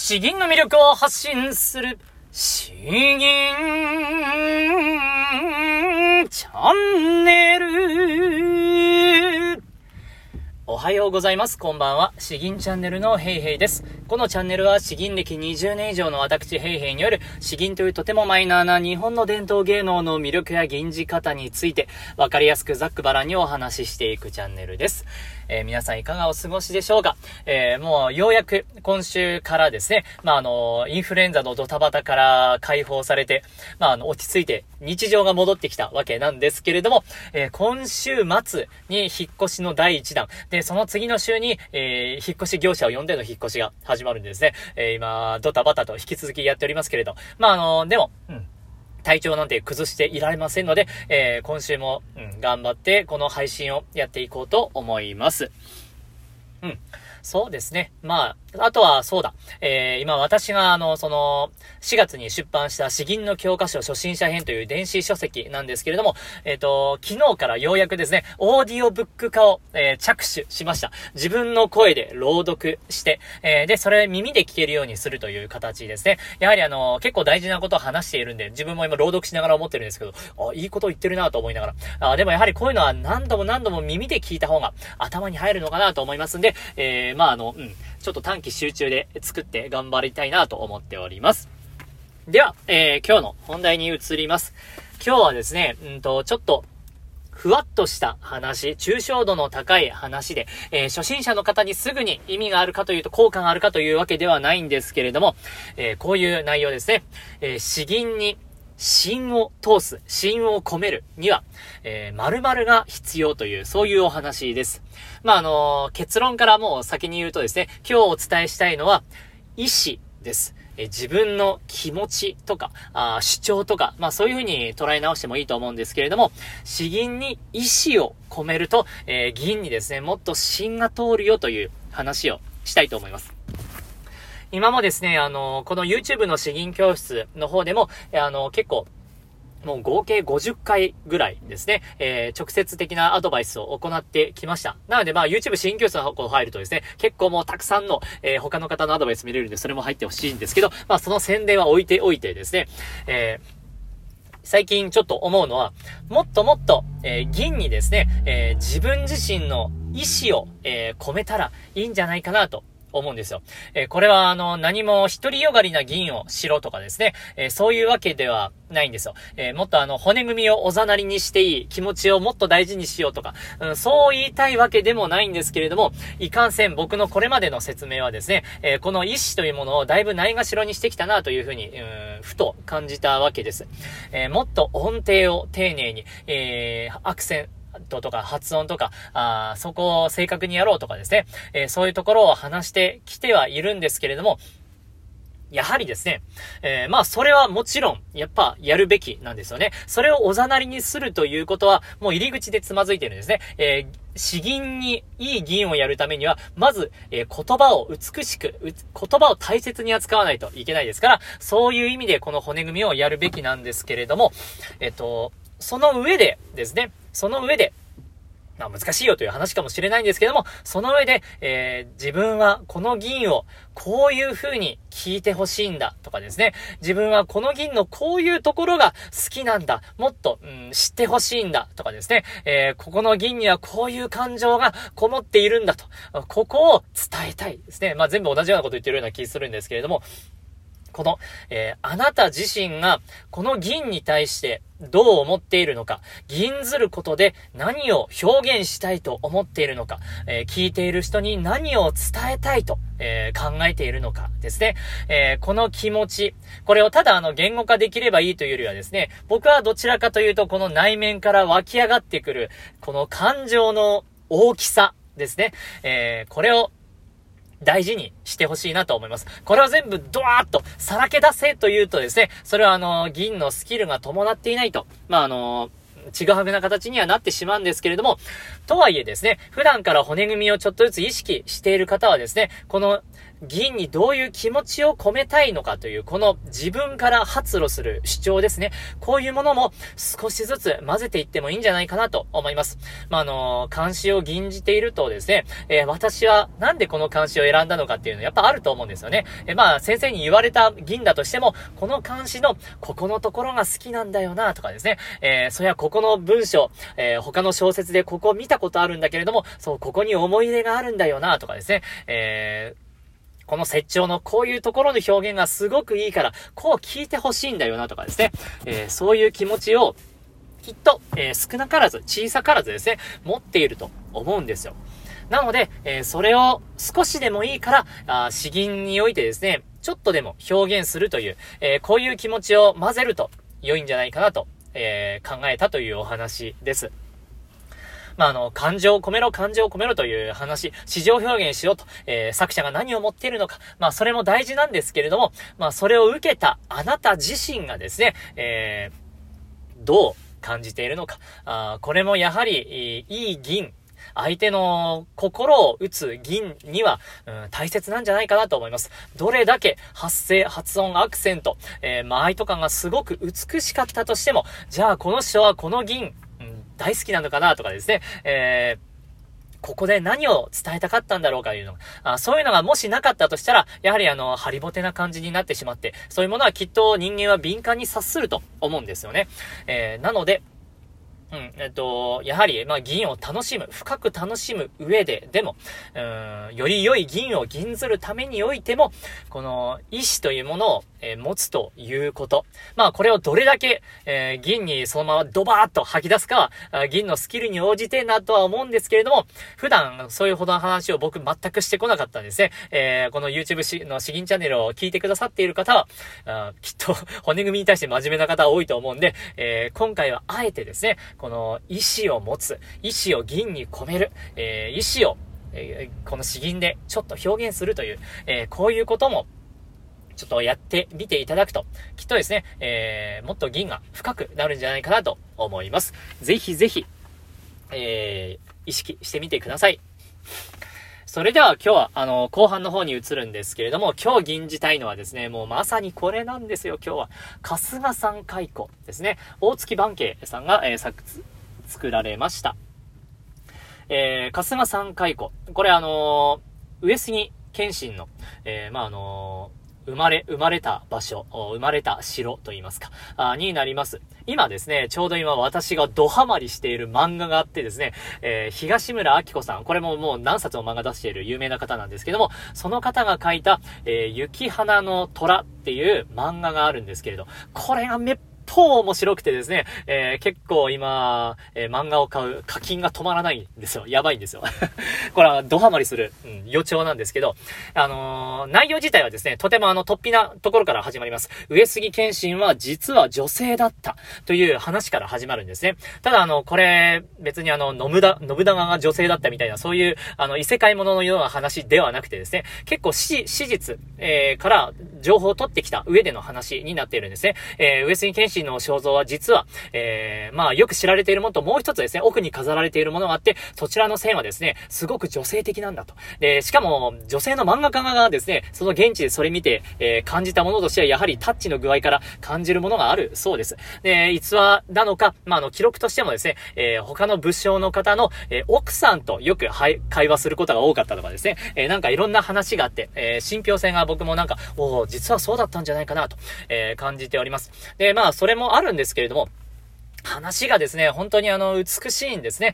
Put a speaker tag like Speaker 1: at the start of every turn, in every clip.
Speaker 1: 詩吟の魅力を発信する詩吟チャンネル。おはようございます。こんばんは。詩吟チャンネルのヘイヘイです。このチャンネルは詩吟歴20年以上の私ヘイヘイによる詩吟というとてもマイナーな日本の伝統芸能の魅力や吟じ方についてわかりやすくざっくばらんにお話ししていくチャンネルです。皆さんいかがお過ごしでしょうか。もうようやく今週からですね、インフルエンザのドタバタから解放されて、落ち着いて日常が戻ってきたわけなんですけれども、今週末に引っ越しの第一弾で、その次の週に、引っ越し業者を呼んでの引っ越しが始まるんですね。今ドタバタと引き続きやっておりますけれど、でも、体調なんて崩していられませんので、今週も、頑張ってこの配信をやっていこうと思います。そうですね。あとはそうだ。今私が4月に出版した詩吟の教科書初心者編という電子書籍なんですけれども、昨日からようやくですね、オーディオブック化を、着手しました。自分の声で朗読して、で、それ耳で聞けるようにするという形ですね。やはり結構大事なことを話しているんで、自分も今朗読しながら思ってるんですけど、いいこと言ってるなと思いながら。でもやはりこういうのは何度も耳で聞いた方が頭に入るのかなと思いますんで、ちょっと短期集中で作って頑張りたいなと思っております。では、今日の本題に移ります。今日はですね、ちょっとふわっとした話、抽象度の高い話で、初心者の方にすぐに意味があるかというと効果があるかというわけではないんですけれども、こういう内容ですね。詩吟に芯を通す、芯を込めるには、〇〇が必要という、そういうお話です。結論からもう先に言うとですね、今日お伝えしたいのは、意志です。自分の気持ちとか、主張とか、そういう風に捉え直してもいいと思うんですけれども、詩吟に意志を込めると、吟にですね、もっと芯が通るよという話をしたいと思います。今もですね、この YouTube の詩吟教室の方でも、結構、もう合計50回ぐらいですね、直接的なアドバイスを行ってきました。なのでYouTube 詩吟教室の方入るとですね、結構もうたくさんの、他の方のアドバイス見れるんで、それも入ってほしいんですけど、その宣伝は置いておいてですね、最近ちょっと思うのは、もっともっと、吟にですね、自分自身の意志を、込めたらいいんじゃないかなと思うんですよ。これは何も独りよがりな吟をしろとかですね、そういうわけではないんですよ。もっと骨組みをおざなりにしていい、気持ちをもっと大事にしようとか、そう言いたいわけでもないんですけれども、いかんせん僕のこれまでの説明はですね、この意志というものをだいぶないがしろにしてきたなというふうに、ふと感じたわけです。もっと音程を丁寧に、アクセントとか発音とか、そこを正確にやろうとかですね、そういうところを話してきてはいるんですけれども、やはりですね、それはもちろん、やっぱやるべきなんですよね。それをおざなりにするということは、もう入り口でつまずいてるんですね。詩吟にいい吟をやるためには、まず、言葉を美しく、言葉を大切に扱わないといけないですから、そういう意味でこの骨組みをやるべきなんですけれども、その上でですね、難しいよという話かもしれないんですけども、その上で、自分はこの吟をこういう風に聞いてほしいんだとかですね、自分はこの吟のこういうところが好きなんだ、もっと、知ってほしいんだとかですね、ここの吟にはこういう感情がこもっているんだと、ここを伝えたいですね。全部同じようなこと言ってるような気するんですけれども、この、あなた自身がこの吟に対してどう思っているのか、吟ずることで何を表現したいと思っているのか、聞いている人に何を伝えたいと、考えているのかですね。この気持ち、これをただ言語化できればいいというよりはですね、僕はどちらかというとこの内面から湧き上がってくるこの感情の大きさですね。これを大事にしてほしいなと思います。これを全部ドワーッとさらけ出せというとですね、それは吟のスキルが伴っていないと、ちぐはぐな形にはなってしまうんですけれども、とはいえですね、普段から骨組みをちょっとずつ意識している方はですね、この、 銀にどういう気持ちを込めたいのかという、この自分から発露する主張ですね。こういうものも少しずつ混ぜていってもいいんじゃないかなと思います。漢詩を吟じているとですね、私はなんでこの漢詩を選んだのかっていうのやっぱあると思うんですよね。先生に言われた銀だとしても、この漢詩のここのところが好きなんだよなとかですね、それはここの文章、他の小説でここ見たことあるんだけれども、そう、ここに思い入れがあるんだよなとかですね、この説調のこういうところの表現がすごくいいから、こう聞いてほしいんだよなとかですね、そういう気持ちをきっと、少なからず、小さからずですね、持っていると思うんですよ。なので、それを少しでもいいから、詩吟においてですね、ちょっとでも表現するという、こういう気持ちを混ぜると良いんじゃないかなと、考えたというお話です。感情を込めろという話、詩情表現しようと、作者が何を持っているのか、それも大事なんですけれども、それを受けたあなた自身がですね、どう感じているのか、これもやはり、いい銀、相手の心を打つ銀には、大切なんじゃないかなと思います。どれだけ発声、発音、アクセント、間合いとかがすごく美しかったとしても、じゃあこの人はこの銀、大好きなのかなとかですね、ここで何を伝えたかったんだろうかというのが、そういうのがもしなかったとしたら、やはりハリボテな感じになってしまって、そういうものはきっと人間は敏感に察すると思うんですよね。なので、やはり、銀を楽しむ、深く楽しむ上で、でも、より良い銀を吟ずるためにおいても、この意志というものを、持つということ。これをどれだけ、銀にそのままドバーッと吐き出すかは、銀のスキルに応じてなとは思うんですけれども、普段そういうほどの話を僕全くしてこなかったんですね。この YouTube の詩吟チャンネルを聞いてくださっている方は、きっと骨組みに対して真面目な方多いと思うんで、今回はあえてですね、この意志を持つ、意志を銀に込める、意志を、この詩吟でちょっと表現するという、こういうこともちょっとやってみていただくと、きっとですね、もっと銀が深くなるんじゃないかなと思います。ぜひぜひ、意識してみてください。それでは今日は後半の方に移るんですけれども、今日吟じたいのはですね、もうまさにこれなんですよ。今日は春日山回顧ですね。大月晩慶さんが、作られました。春日山回顧、これ上杉謙信の、生まれた場所、生まれた城といいますか、になります。今ですね、ちょうど今私がドハマりしている漫画があってですね、東村明子さん、これももう何冊も漫画出している有名な方なんですけども、その方が書いた、雪花の虎っていう漫画があるんですけれど、これが面白くてですね、結構今、漫画を買う課金が止まらないんですよ。やばいんですよ。これはドハマりする、予兆なんですけど、内容自体はですね、とても突飛なところから始まります。上杉謙信は実は女性だったという話から始まるんですね。ただこれ、別に信長が女性だったみたいな、そういう、異世界もののような話ではなくてですね、結構史実、から情報を取ってきた上での話になっているんですね。上杉謙信の肖像は実は、よく知られているものともう一つですね、奥に飾られているものがあって、そちらの線はですね、すごく女性的なんだと。で、しかも、女性の漫画家がですね、その現地でそれ見て、感じたものとしては、やはりタッチの具合から感じるものがあるそうです。で、逸話なのか、記録としてもですね、他の武将の方の、奥さんとよく会話することが多かったとかですね、なんかいろんな話があって、信憑性が僕もなんか、実はそうだったんじゃないかなと、感じております。で、それもあるんですけれども、話がですね、本当に美しいんですね。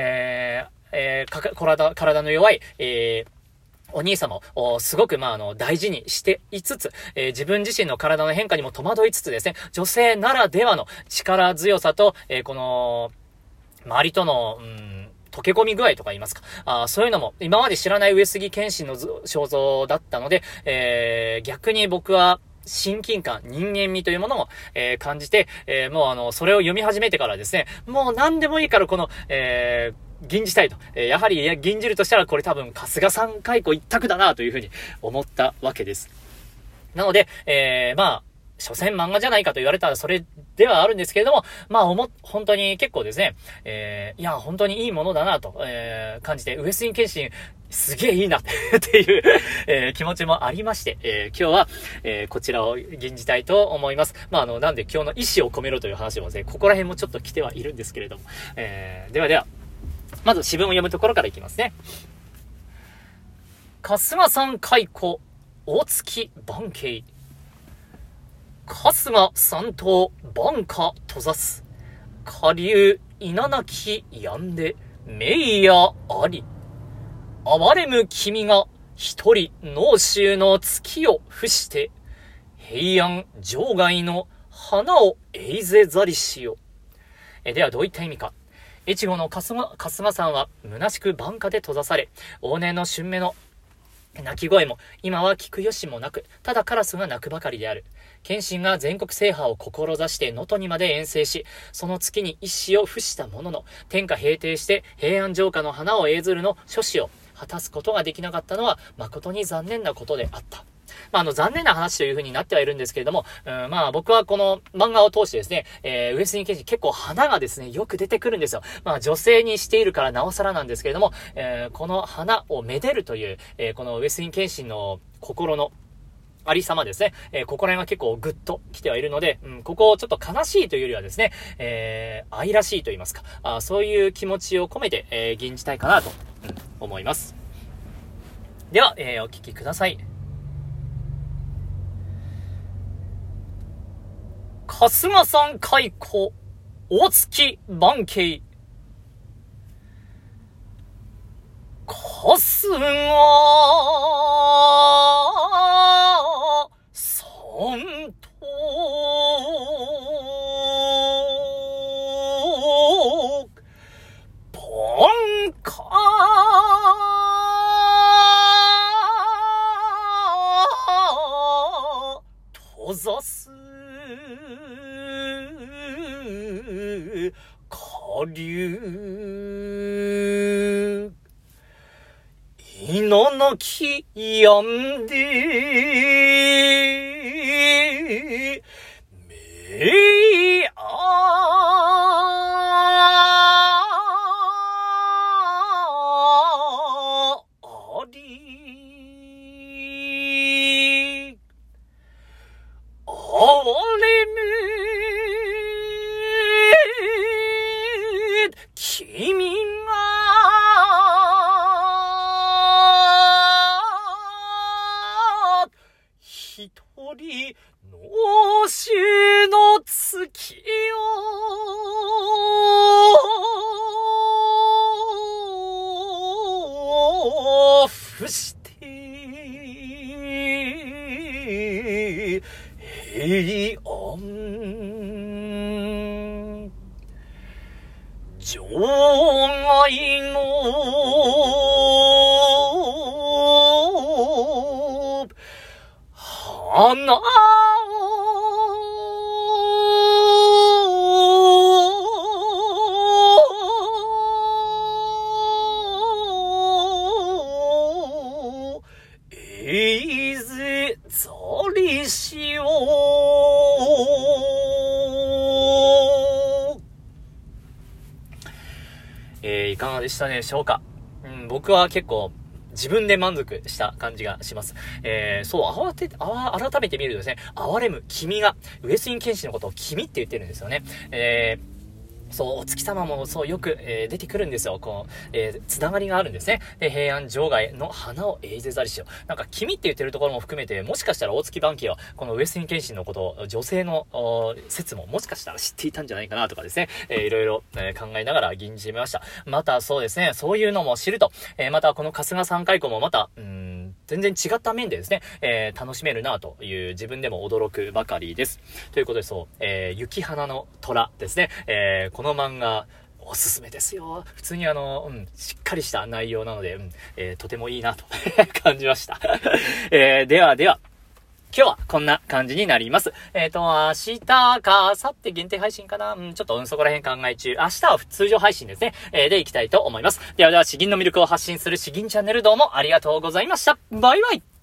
Speaker 1: 体の弱い、お兄様をすごく大事にしていつつ、自分自身の体の変化にも戸惑いつつですね、女性ならではの力強さと、この周りとの溶け込み具合とか言いますか、そういうのも今まで知らない上杉謙信の肖像だったので、逆に僕は親近感、人間味というものを、感じて、もうそれを読み始めてからですね、もう何でもいいからこの、吟じたいと。やはり吟じるとしたらこれ多分春日山回顧一択だなというふうに思ったわけです。なので、 所詮漫画じゃないかと言われたらそれではあるんですけれども、まあ本当に結構ですね、いや、本当にいいものだなと、感じて、上杉謙信、すげえいいなっていう、気持ちもありまして、今日は、こちらを吟じたいと思います。まあ、なんで今日の意志を込めろという話もですね、ここら辺もちょっと来てはいるんですけれども、では、まず詩文を読むところからいきますね。春日山開古、大月万景。春日三島万家閉ざす。下流稲なきやんで、名やあり。哀れむ君が一人農州の月を伏して、平安城外の花をえいぜざりしよ。ではどういった意味か。越後の春日山は虚しく晩夏で閉ざされ、往年の春芽の鳴き声も今は聞くよしもなく、ただカラスが鳴くばかりである。謙信が全国制覇を志して能登にまで遠征し、その月に一死を付したものの、天下平定して平安城下の花をえずるの所使を果たすことができなかったのは誠に残念なことであった。まあ、残念な話という風になってはいるんですけれども、まあ僕はこの漫画を通してですね、上杉謙信結構花がですね、よく出てくるんですよ。まあ女性にしているからなおさらなんですけれども、この花をめでるという、この上杉謙信の心のありさまですね。ここら辺は結構グッと来てはいるので、ここをちょっと悲しいというよりはですね、愛らしいと言いますか、そういう気持ちを込めて、吟じたいかなと、思います。では、お聞きください。春日山開古、大月万景。春日山島万家閉ざす。下流稲なきやんで、名あり。哀れむ君が一人農州の月を伏して平安城外の花をえいぜざりしよう。いかがでしたでしょうか。僕は結構自分で満足した感じがします。そう、改めて見るとですね、哀れむ君が、上杉謙信のことを君って言ってるんですよね。そう、お月様もそうよく、出てくるんですよ。こう、つながりがあるんですね。で、平安城外の花をえいぜざりしよ。なんか、君って言ってるところも含めて、もしかしたら大月晩景は、この上杉謙信のことを、女性の説ももしかしたら知っていたんじゃないかなとかですね、いろいろ、考えながら吟じました。またそうですね、そういうのも知ると、またこの春日山開古もまた、全然違った面でですね、楽しめるなという自分でも驚くばかりです。ということでそう、雪花の虎ですね、この漫画おすすめですよ。普通にしっかりした内容なので、とてもいいなと感じました。では、今日はこんな感じになります。明日か明後日限定配信かな、ちょっとそこら辺考え中。明日は通常配信ですね。で行きたいと思います。では、詩吟の魅力を発信する詩吟チャンネルどうもありがとうございました。バイバイ。